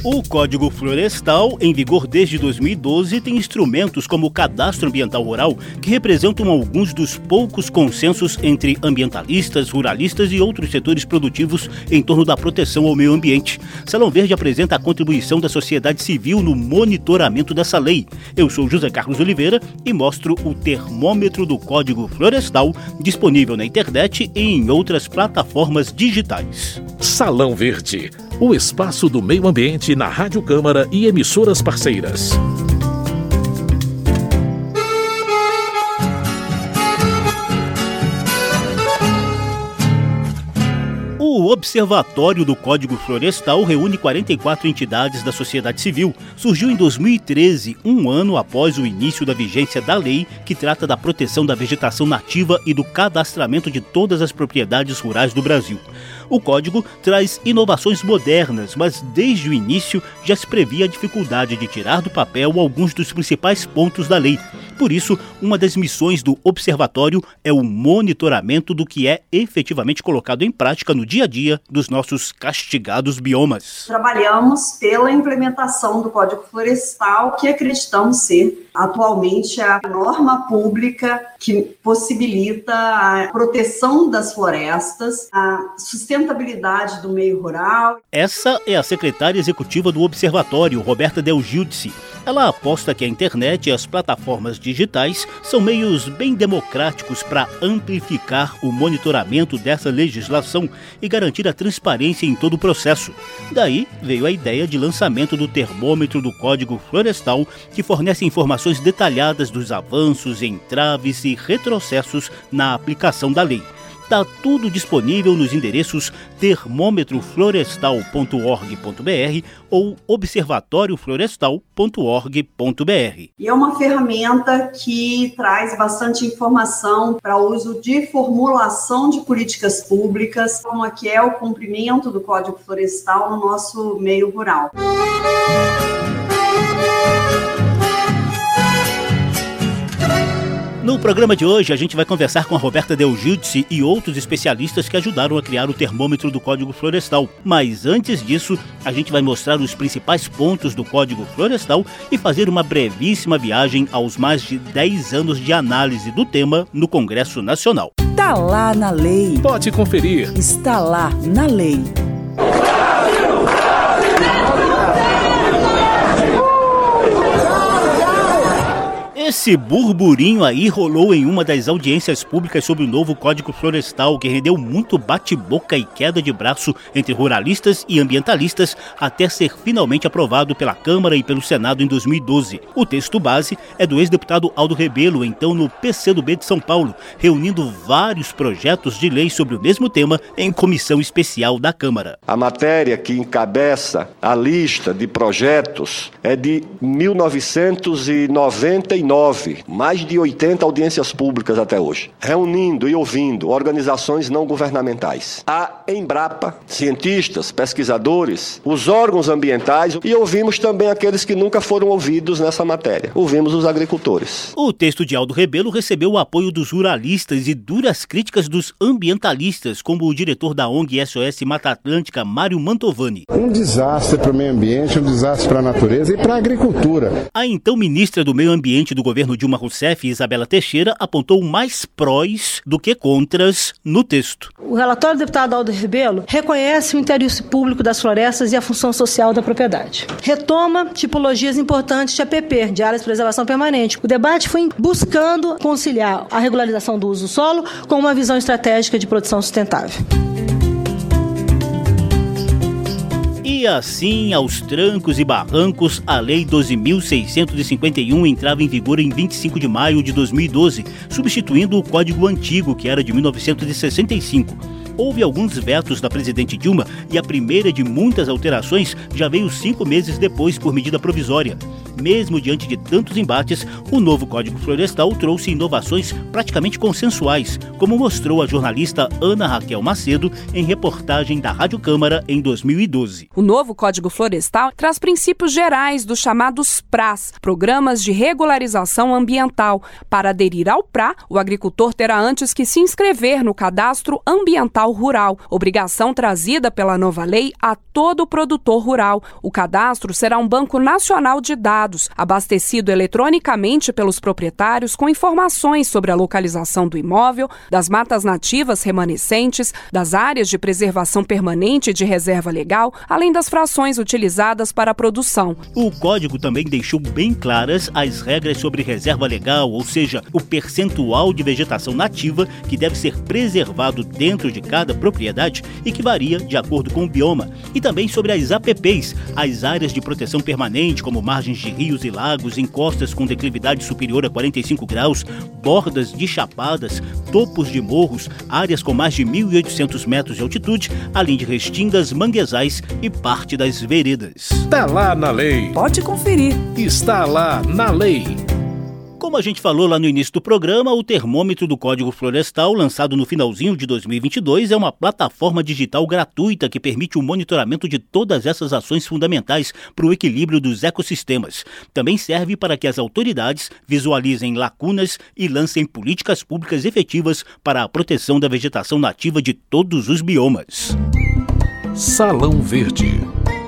O Código Florestal, em vigor desde 2012, tem instrumentos como o Cadastro Ambiental Rural, que representam alguns dos poucos consensos entre ambientalistas, ruralistas e outros setores produtivos em torno da proteção ao meio ambiente. Salão Verde apresenta a contribuição da sociedade civil no monitoramento dessa lei. Eu sou José Carlos Oliveira e mostro o termômetro do Código Florestal, disponível na internet e em outras plataformas digitais. Salão Verde, o espaço do meio ambiente na Rádio Câmara e emissoras parceiras. O Observatório do Código Florestal reúne 44 entidades da sociedade civil. Surgiu em 2013, um ano após o início da vigência da lei que trata da proteção da vegetação nativa e do cadastramento de todas as propriedades rurais do Brasil. O código traz inovações modernas, mas desde o início já se previa a dificuldade de tirar do papel alguns dos principais pontos da lei. Por isso, uma das missões do observatório é o monitoramento do que é efetivamente colocado em prática no dia a dia dos nossos castigados biomas. Trabalhamos pela implementação do Código Florestal, que acreditamos ser atualmente a norma pública que possibilita a proteção das florestas, a sustentabilidade do meio rural. Essa é a secretária executiva do Observatório, Roberta Del Giudice. Ela aposta que a internet e as plataformas digitais são meios bem democráticos para amplificar o monitoramento dessa legislação e garantir a transparência em todo o processo. Daí veio a ideia de lançamento do termômetro do Código Florestal, que fornece informações detalhadas dos avanços, entraves e retrocessos na aplicação da lei. Está tudo disponível nos endereços termômetroflorestal.org.br ou observatorioflorestal.org.br. E é uma ferramenta que traz bastante informação para uso de formulação de políticas públicas, como é que é o cumprimento do Código Florestal no nosso meio rural. No programa de hoje, a gente vai conversar com a Roberta Del Giudice e outros especialistas que ajudaram a criar o termômetro do Código Florestal. Mas antes disso, a gente vai mostrar os principais pontos do Código Florestal e fazer uma brevíssima viagem aos mais de 10 anos de análise do tema no Congresso Nacional. Tá lá na lei. Pode conferir. Está lá na lei. Esse burburinho aí rolou em uma das audiências públicas sobre o novo Código Florestal, que rendeu muito bate-boca e queda de braço entre ruralistas e ambientalistas até ser finalmente aprovado pela Câmara e pelo Senado em 2012. O texto base é do ex-deputado Aldo Rebelo, então no PCdoB de São Paulo, reunindo vários projetos de lei sobre o mesmo tema em comissão especial da Câmara. A matéria que encabeça a lista de projetos é de 1999. Mais de 80 audiências públicas até hoje, reunindo e ouvindo organizações não governamentais, a Embrapa, cientistas, pesquisadores, os órgãos ambientais e ouvimos também aqueles que nunca foram ouvidos nessa matéria. Ouvimos os agricultores. O texto de Aldo Rebelo recebeu o apoio dos ruralistas e duras críticas dos ambientalistas, como o diretor da ONG SOS Mata Atlântica, Mário Mantovani. Um desastre para o meio ambiente, um desastre para a natureza e para a agricultura. A então ministra do Meio Ambiente do governo Dilma Rousseff, Isabela Teixeira, apontou mais prós do que contras no texto. O relatório do deputado Aldo Rebelo reconhece o interesse público das florestas e a função social da propriedade. Retoma tipologias importantes de APP, de áreas de preservação permanente. O debate foi buscando conciliar a regularização do uso do solo com uma visão estratégica de produção sustentável. E assim, aos trancos e barrancos, a Lei 12.651 entrava em vigor em 25 de maio de 2012, substituindo o Código Antigo, que era de 1965. Houve alguns vetos da presidente Dilma e a primeira de muitas alterações já veio 5 meses depois por medida provisória. Mesmo diante de tantos embates, o novo Código Florestal trouxe inovações praticamente consensuais, como mostrou a jornalista Ana Raquel Macedo em reportagem da Rádio Câmara em 2012. O novo Código Florestal traz princípios gerais dos chamados PRAs, Programas de Regularização Ambiental. Para aderir ao PRA, o agricultor terá antes que se inscrever no Cadastro Ambiental Rural, obrigação trazida pela nova lei a todo produtor rural. O cadastro será um banco nacional de dados, abastecido eletronicamente pelos proprietários com informações sobre a localização do imóvel, das matas nativas remanescentes, das áreas de preservação permanente e de reserva legal, além das frações utilizadas para a produção. O código também deixou bem claras as regras sobre reserva legal, ou seja, o percentual de vegetação nativa que deve ser preservado dentro de cada propriedade e que varia de acordo com o bioma. E também sobre as APPs, as áreas de proteção permanente, como margens de rios e lagos, encostas com declividade superior a 45 graus, bordas de chapadas, topos de morros, áreas com mais de 1.800 metros de altitude, além de restingas, manguezais e parte das veredas. Tá lá na lei. Pode conferir. Está lá na lei. Como a gente falou lá no início do programa, o termômetro do Código Florestal, lançado no finalzinho de 2022, é uma plataforma digital gratuita que permite o monitoramento de todas essas ações fundamentais para o equilíbrio dos ecossistemas. Também serve para que as autoridades visualizem lacunas e lancem políticas públicas efetivas para a proteção da vegetação nativa de todos os biomas. Salão Verde.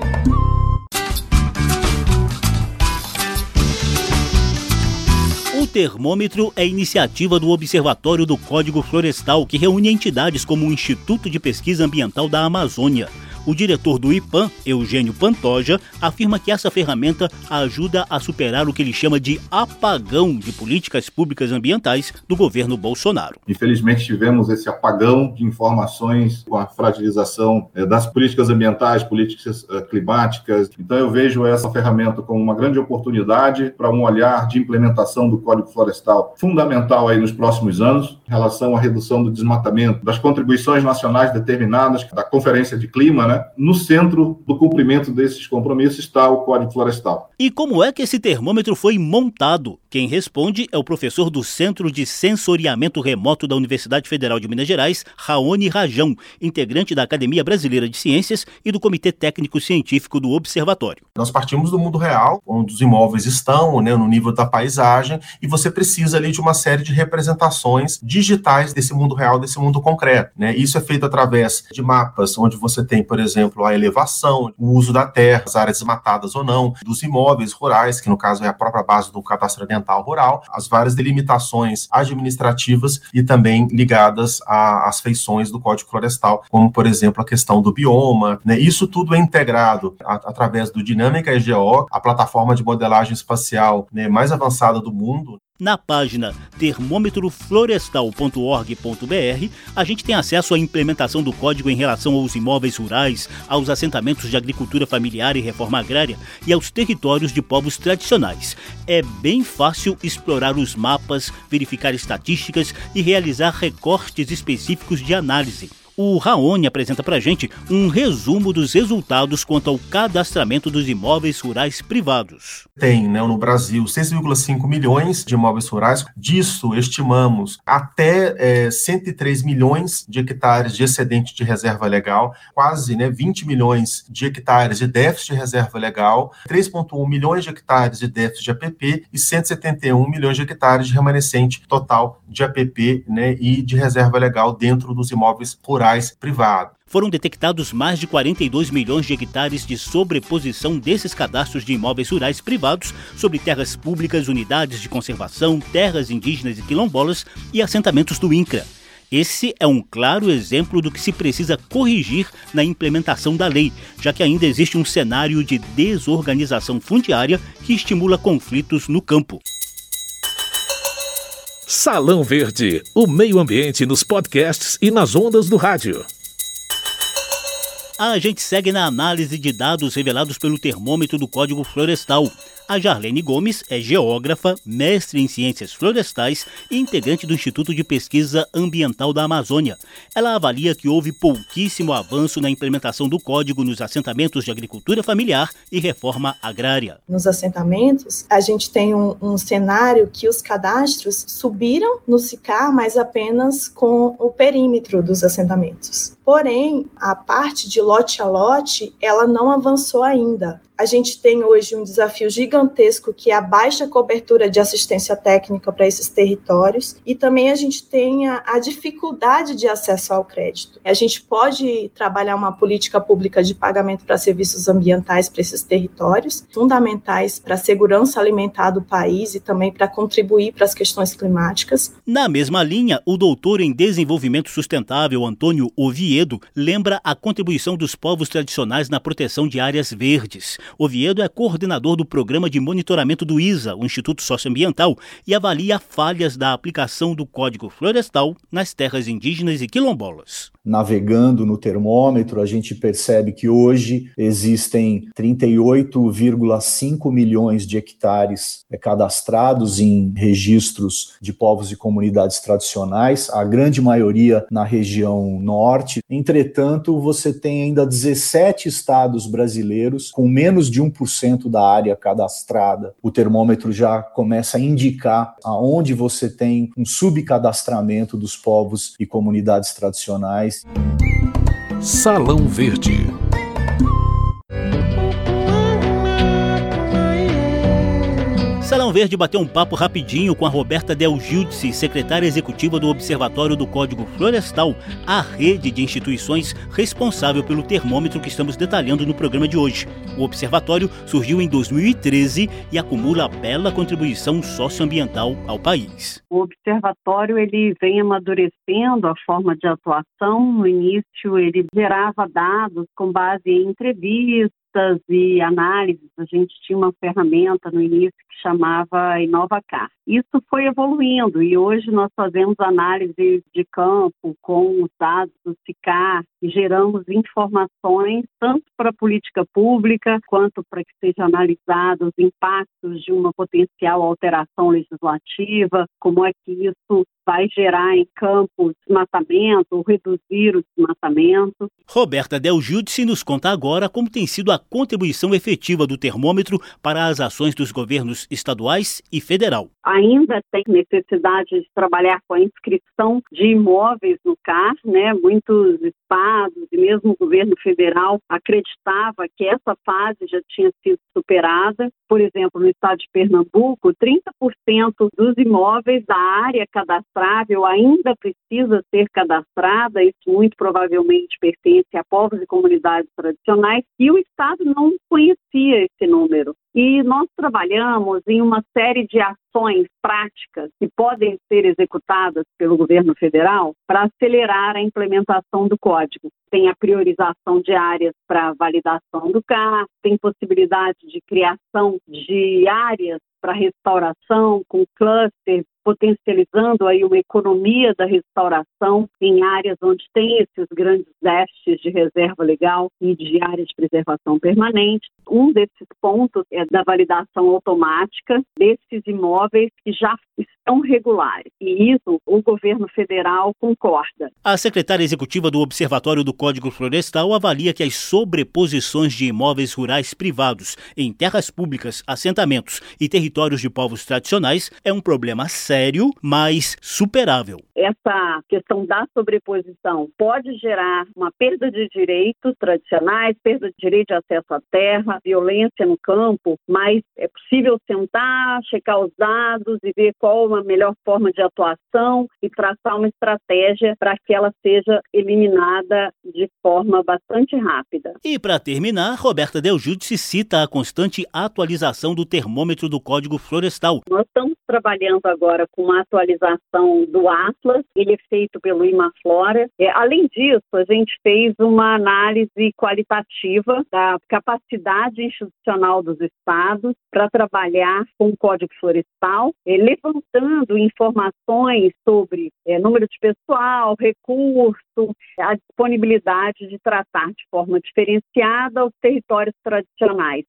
O termômetro é iniciativa do Observatório do Código Florestal, que reúne entidades como o Instituto de Pesquisa Ambiental da Amazônia. O diretor do IPAM, Eugênio Pantoja, afirma que essa ferramenta ajuda a superar o que ele chama de apagão de políticas públicas ambientais do governo Bolsonaro. Infelizmente tivemos esse apagão de informações com a fragilização das políticas ambientais, políticas climáticas. Então eu vejo essa ferramenta como uma grande oportunidade para um olhar de implementação do Código Florestal fundamental aí nos próximos anos, em relação à redução do desmatamento, das contribuições nacionais determinadas, da Conferência de Clima, né? No centro do cumprimento desses compromissos está o Código Florestal. E como é que esse termômetro foi montado? Quem responde é o professor do Centro de Sensoriamento Remoto da Universidade Federal de Minas Gerais, Raoni Rajão, integrante da Academia Brasileira de Ciências e do Comitê Técnico Científico do Observatório. Nós partimos do mundo real, onde os imóveis estão, né, no nível da paisagem, e você precisa ali de uma série de representações digitais desse mundo real, desse mundo concreto, né? Isso é feito através de mapas, onde você tem, por exemplo, a elevação, o uso da terra, as áreas desmatadas ou não, dos imóveis rurais, que no caso é a própria base do cadastro ambiental rural, as várias delimitações administrativas e também ligadas às feições do Código Florestal, como, por exemplo, a questão do bioma, né? Isso tudo é integrado através do Dinâmica EGO, a plataforma de modelagem espacial, né, mais avançada do mundo. Na página termômetroflorestal.org.br, a gente tem acesso à implementação do código em relação aos imóveis rurais, aos assentamentos de agricultura familiar e reforma agrária e aos territórios de povos tradicionais. É bem fácil explorar os mapas, verificar estatísticas e realizar recortes específicos de análise. O Raoni apresenta pra gente um resumo dos resultados quanto ao cadastramento dos imóveis rurais privados. Tem, né, no Brasil, 6,5 milhões de imóveis rurais. Disso, estimamos até 103 milhões de hectares de excedente de reserva legal, quase 20 milhões de hectares de déficit de reserva legal, 3,1 milhões de hectares de déficit de APP e 171 milhões de hectares de remanescente total de APP, né, e de reserva legal dentro dos imóveis rurais privados. Foram detectados mais de 42 milhões de hectares de sobreposição desses cadastros de imóveis rurais privados sobre terras públicas, unidades de conservação, terras indígenas e quilombolas e assentamentos do INCRA. Esse é um claro exemplo do que se precisa corrigir na implementação da lei, já que ainda existe um cenário de desorganização fundiária que estimula conflitos no campo. Salão Verde, o meio ambiente nos podcasts e nas ondas do rádio. A gente segue na análise de dados revelados pelo termômetro do Código Florestal. A Jarlene Gomes é geógrafa, mestre em ciências florestais e integrante do Instituto de Pesquisa Ambiental da Amazônia. Ela avalia que houve pouquíssimo avanço na implementação do código nos assentamentos de agricultura familiar e reforma agrária. Nos assentamentos, a gente tem um cenário que os cadastros subiram no SICAR, mas apenas com o perímetro dos assentamentos. Porém, a parte de lote a lote, ela não avançou ainda. A gente tem hoje um desafio gigantesco, que é a baixa cobertura de assistência técnica para esses territórios, e também a gente tem a dificuldade de acesso ao crédito. A gente pode trabalhar uma política pública de pagamento para serviços ambientais para esses territórios, fundamentais para a segurança alimentar do país e também para contribuir para as questões climáticas. Na mesma linha, o doutor em desenvolvimento sustentável, Antônio Oviedo, lembra a contribuição dos povos tradicionais na proteção de áreas verdes. Oviedo é coordenador do Programa de Monitoramento do ISA, o Instituto Socioambiental, e avalia falhas da aplicação do Código Florestal nas terras indígenas e quilombolas. Navegando no termômetro, a gente percebe que hoje existem 38,5 milhões de hectares cadastrados em registros de povos e comunidades tradicionais, a grande maioria na região norte. Entretanto, você tem ainda 17 estados brasileiros com menos de 1% da área cadastrada. O termômetro já começa a indicar aonde você tem um subcadastramento dos povos e comunidades tradicionais. Salão Verde. Salão Verde bateu um papo rapidinho com a Roberta Del Giudice, secretária executiva do Observatório do Código Florestal, a rede de instituições responsável pelo termômetro que estamos detalhando no programa de hoje. O observatório surgiu em 2013 e acumula bela contribuição socioambiental ao país. O observatório ele vem amadurecendo a forma de atuação. No início ele gerava dados com base em entrevistas e análises. A gente tinha uma ferramenta no início que chamava InovaCar. Isso foi evoluindo e hoje nós fazemos análise de campo com os dados do SICAR e geramos informações tanto para a política pública quanto para que sejam analisados os impactos de uma potencial alteração legislativa, como é que isso vai gerar em campo desmatamento ou reduzir o desmatamento. Roberta Del Giudice nos conta agora como tem sido a contribuição efetiva do termômetro para as ações dos governos estaduais e federal. Ainda tem necessidade de trabalhar com a inscrição de imóveis no CAR, né? Muitos estados e mesmo o governo federal acreditava que essa fase já tinha sido superada. Por exemplo, no estado de Pernambuco, 30% dos imóveis da área cadastrável ainda precisa ser cadastrada. Isso muito provavelmente pertence a povos e comunidades tradicionais e o estado não conhecia esse número. E nós trabalhamos em uma série de ações práticas que podem ser executadas pelo governo federal para acelerar a implementação do código. Tem a priorização de áreas para validação do CAR, tem possibilidade de criação de áreas para restauração com clusters, potencializando aí uma economia da restauração em áreas onde tem esses grandes déficits de reserva legal e de áreas de preservação permanente. Um desses pontos é da validação automática desses imóveis que já estão regulares. E isso o governo federal concorda. A secretária executiva do Observatório do Código Florestal avalia que as sobreposições de imóveis rurais privados em terras públicas, assentamentos e territórios de povos tradicionais é um problema sério, mas superável. Essa questão da sobreposição pode gerar uma perda de direitos tradicionais, perda de direito de acesso à terra, violência no campo, mas é possível sentar, checar os dados e ver qual a melhor forma de atuação e traçar uma estratégia para que ela seja eliminada de forma bastante rápida. E para terminar, Roberta Del Giudice cita a constante atualização do termômetro do Código Florestal. Nós estamos trabalhando agora com uma atualização do Atlas, ele é feito pelo Imaflora. Além disso, a gente fez uma análise qualitativa da capacidade institucional dos estados para trabalhar com o Código Florestal, levantando informações sobre número de pessoal, recurso, a disponibilidade de tratar de forma diferenciada os territórios tradicionais.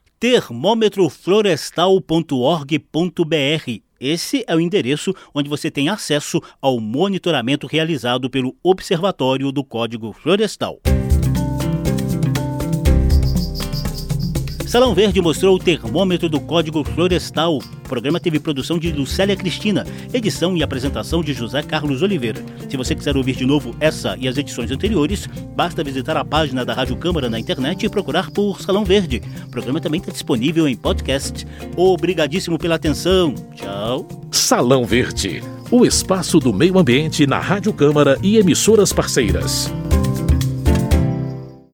termômetroflorestal.org.br. Esse é o endereço onde você tem acesso ao monitoramento realizado pelo Observatório do Código Florestal. Salão Verde mostrou o termômetro do Código Florestal. O programa teve produção de Lucélia Cristina, edição e apresentação de José Carlos Oliveira. Se você quiser ouvir de novo essa e as edições anteriores, basta visitar a página da Rádio Câmara na internet e procurar por Salão Verde. O programa também está disponível em podcast. Obrigadíssimo pela atenção. Tchau. Salão Verde, o espaço do meio ambiente na Rádio Câmara e emissoras parceiras.